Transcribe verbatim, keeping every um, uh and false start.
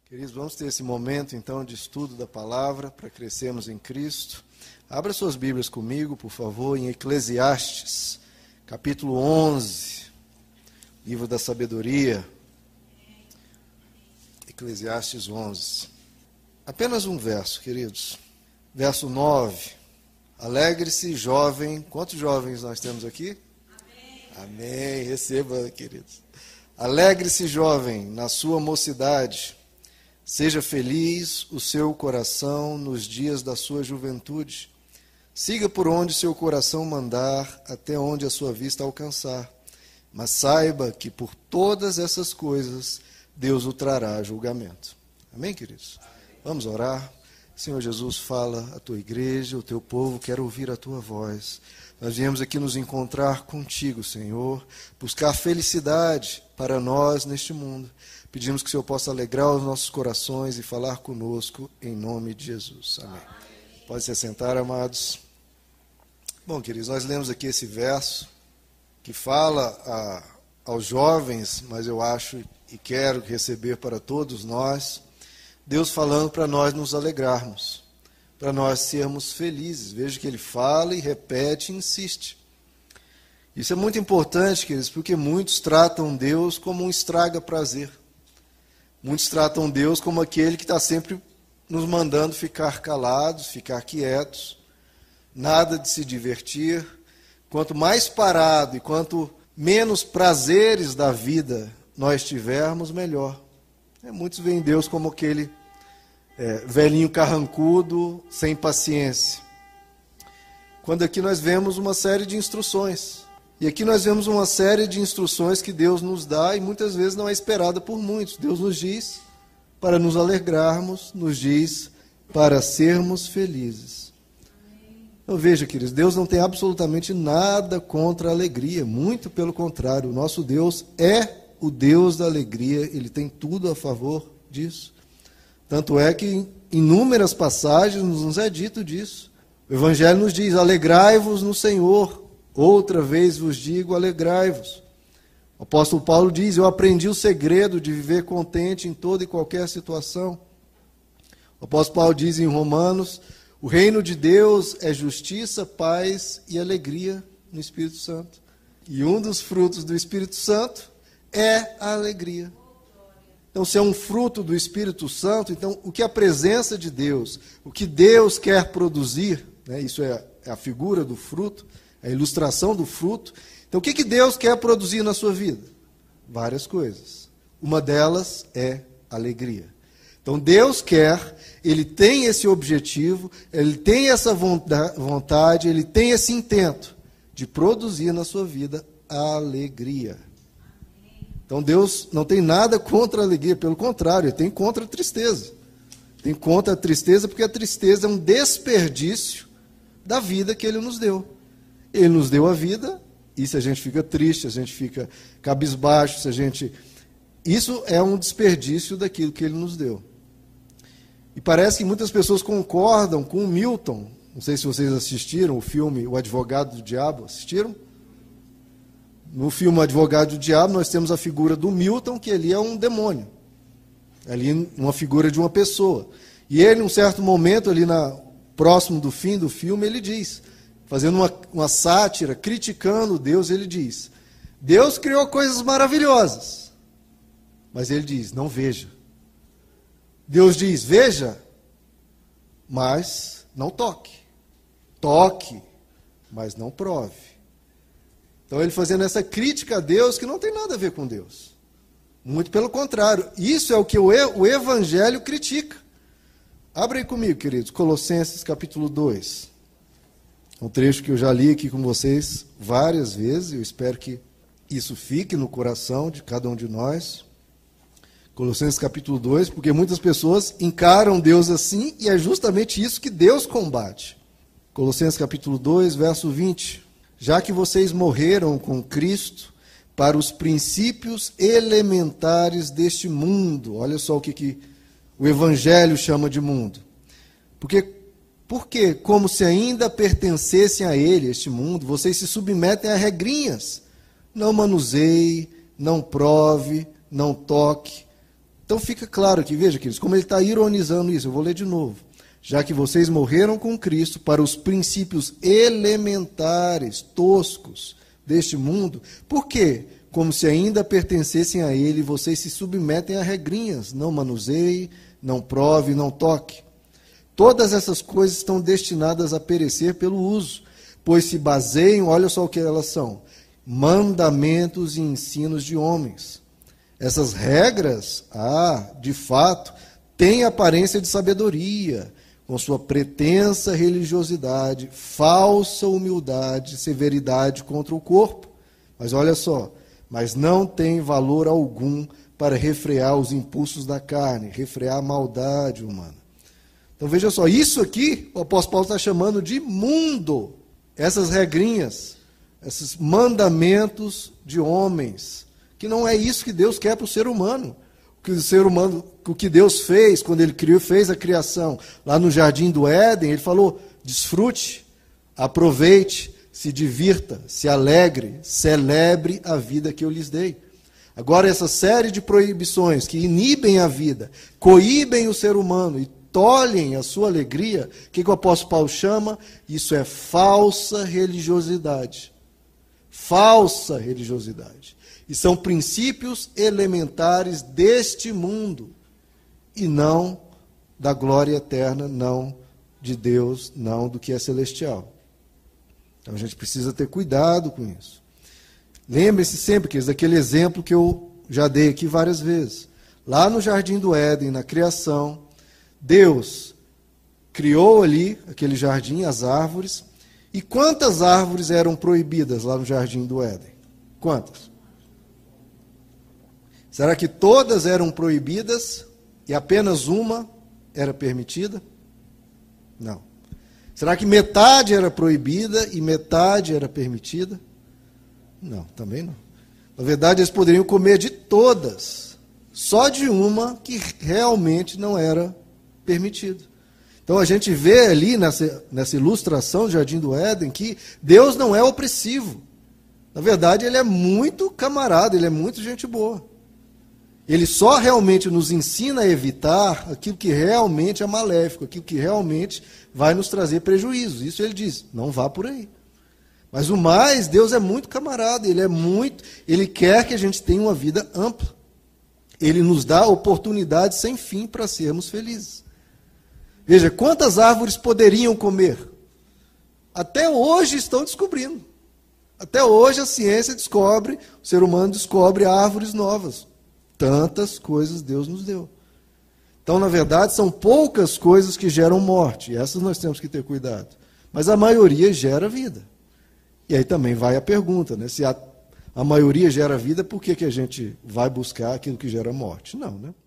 Queridos, vamos ter esse momento, então, de estudo da palavra, para crescermos em Cristo. Abra suas Bíblias comigo, por favor, em Eclesiastes, capítulo onze, livro da sabedoria. Eclesiastes onze. Apenas um verso, queridos. Verso nove. Alegre-se, jovem. Quantos jovens nós temos aqui? Amém. Amém. Receba, queridos. Alegre-se, jovem, na sua mocidade. Seja feliz o seu coração nos dias da sua juventude. Siga por onde seu coração mandar, até onde a sua vista alcançar. Mas saiba que por todas essas coisas, Deus o trará a julgamento. Amém, queridos? Vamos orar. Senhor Jesus, fala a tua igreja, o teu povo quer ouvir a tua voz. Nós viemos aqui nos encontrar contigo, Senhor, buscar felicidade para nós neste mundo. Pedimos que o Senhor possa alegrar os nossos corações e falar conosco em nome de Jesus. Amém. Pode se assentar, amados. Bom, queridos, nós lemos aqui esse verso que fala a, aos jovens, mas eu acho e quero receber para todos nós, Deus falando para nós nos alegrarmos, para nós sermos felizes. Veja que ele fala e repete e insiste. Isso é muito importante, queridos, porque muitos tratam Deus como um estraga-prazer. Muitos tratam Deus como aquele que está sempre nos mandando ficar calados, ficar quietos, nada de se divertir. Quanto mais parado e quanto menos prazeres da vida nós tivermos, melhor. É, muitos veem Deus como aquele é, velhinho carrancudo, sem paciência. Quando aqui nós vemos uma série de instruções. E aqui nós vemos uma série de instruções que Deus nos dá e muitas vezes não é esperada por muitos. Deus nos diz para nos alegrarmos, nos diz para sermos felizes. Então veja, queridos, Deus não tem absolutamente nada contra a alegria, muito pelo contrário. O nosso Deus é o Deus da alegria, Ele tem tudo a favor disso. Tanto é que em inúmeras passagens nos é dito disso. O Evangelho nos diz, alegrai-vos no Senhor. Outra vez vos digo, alegrai-vos. O apóstolo Paulo diz, eu aprendi o segredo de viver contente em toda e qualquer situação. O apóstolo Paulo diz em Romanos, o reino de Deus é justiça, paz e alegria no Espírito Santo. E um dos frutos do Espírito Santo é a alegria. Então, se é um fruto do Espírito Santo, então o que a presença de Deus, o que Deus quer produzir, né, isso é a figura do fruto, a ilustração do fruto. Então, o que, que Deus quer produzir na sua vida? Várias coisas. Uma delas é alegria. Então, Deus quer, Ele tem esse objetivo, Ele tem essa vontade, Ele tem esse intento de produzir na sua vida alegria. Então, Deus não tem nada contra a alegria, pelo contrário, Ele tem contra a tristeza. Tem contra a tristeza porque a tristeza é um desperdício da vida que Ele nos deu. Ele nos deu a vida, e se a gente fica triste, a gente fica cabisbaixo, se a gente... Isso é um desperdício daquilo que Ele nos deu. E parece que muitas pessoas concordam com o Milton. Não sei se vocês assistiram o filme O Advogado do Diabo. Assistiram? No filme O Advogado do Diabo, nós temos a figura do Milton, que ele é um demônio. Ali, uma figura de uma pessoa. E ele, em um certo momento, ali na, próximo do fim do filme, ele diz... fazendo uma, uma sátira, criticando Deus, ele diz, Deus criou coisas maravilhosas, mas ele diz, não veja. Deus diz, veja, mas não toque. Toque, mas não prove. Então ele fazendo essa crítica a Deus, que não tem nada a ver com Deus. Muito pelo contrário, isso é o que o, o Evangelho critica. Abre aí comigo, queridos, Colossenses capítulo dois. Um trecho que eu já li aqui com vocês várias vezes, eu espero que isso fique no coração de cada um de nós. Colossenses capítulo dois, porque muitas pessoas encaram Deus assim, e é justamente isso que Deus combate. Colossenses capítulo dois, verso vinte. Já que vocês morreram com Cristo para os princípios elementares deste mundo. Olha só o que, que o Evangelho chama de mundo. Porque Porque, como se ainda pertencessem a ele, este mundo, vocês se submetem a regrinhas. Não manuseie, não prove, não toque. Então fica claro aqui, veja, queridos, como ele está ironizando isso. Eu vou ler de novo. Já que vocês morreram com Cristo para os princípios elementares, toscos deste mundo, por quê? Como se ainda pertencessem a ele, vocês se submetem a regrinhas. Não manuseie, não prove, não toque. Todas essas coisas estão destinadas a perecer pelo uso, pois se baseiam, olha só o que elas são, mandamentos e ensinos de homens. Essas regras, ah, de fato, têm aparência de sabedoria, com sua pretensa religiosidade, falsa humildade, severidade contra o corpo. Mas olha só, mas não tem valor algum para refrear os impulsos da carne, refrear a maldade humana. Então veja só, isso aqui o apóstolo Paulo está chamando de mundo. Essas regrinhas, esses mandamentos de homens, que não é isso que Deus quer para o ser humano. O que o ser humano, o que Deus fez quando ele criou, fez a criação lá no jardim do Éden, ele falou: desfrute, aproveite, se divirta, se alegre, celebre a vida que eu lhes dei. Agora, essa série de proibições que inibem a vida, coíbem o ser humano e tolhem a sua alegria, o que, que o apóstolo Paulo chama? Isso é falsa religiosidade. Falsa religiosidade. E são princípios elementares deste mundo, e não da glória eterna, não de Deus, não do que é celestial. Então a gente precisa ter cuidado com isso. Lembre-se sempre, que daquele exemplo que eu já dei aqui várias vezes. Lá no jardim do Éden, na criação, Deus criou ali aquele jardim, as árvores. E quantas árvores eram proibidas lá no jardim do Éden? Quantas? Será que todas eram proibidas e apenas uma era permitida? Não. Será que metade era proibida e metade era permitida? Não, também não. Na verdade, eles poderiam comer de todas, só de uma que realmente não era permitida. Então a gente vê ali nessa, nessa ilustração do Jardim do Éden que Deus não é opressivo. Na verdade, ele é muito camarada, ele é muito gente boa. Ele só realmente nos ensina a evitar aquilo que realmente é maléfico, aquilo que realmente vai nos trazer prejuízos. Isso ele diz, não vá por aí. Mas o mais, Deus é muito camarada, ele é muito, ele quer que a gente tenha uma vida ampla. Ele nos dá oportunidades sem fim para sermos felizes. Veja, quantas árvores poderiam comer? Até hoje estão descobrindo. Até hoje a ciência descobre, o ser humano descobre árvores novas. Tantas coisas Deus nos deu. Então, na verdade, são poucas coisas que geram morte. E essas nós temos que ter cuidado. Mas a maioria gera vida. E aí também vai a pergunta, né? Se a, a maioria gera vida, por que, que a gente vai buscar aquilo que gera morte? Não, né?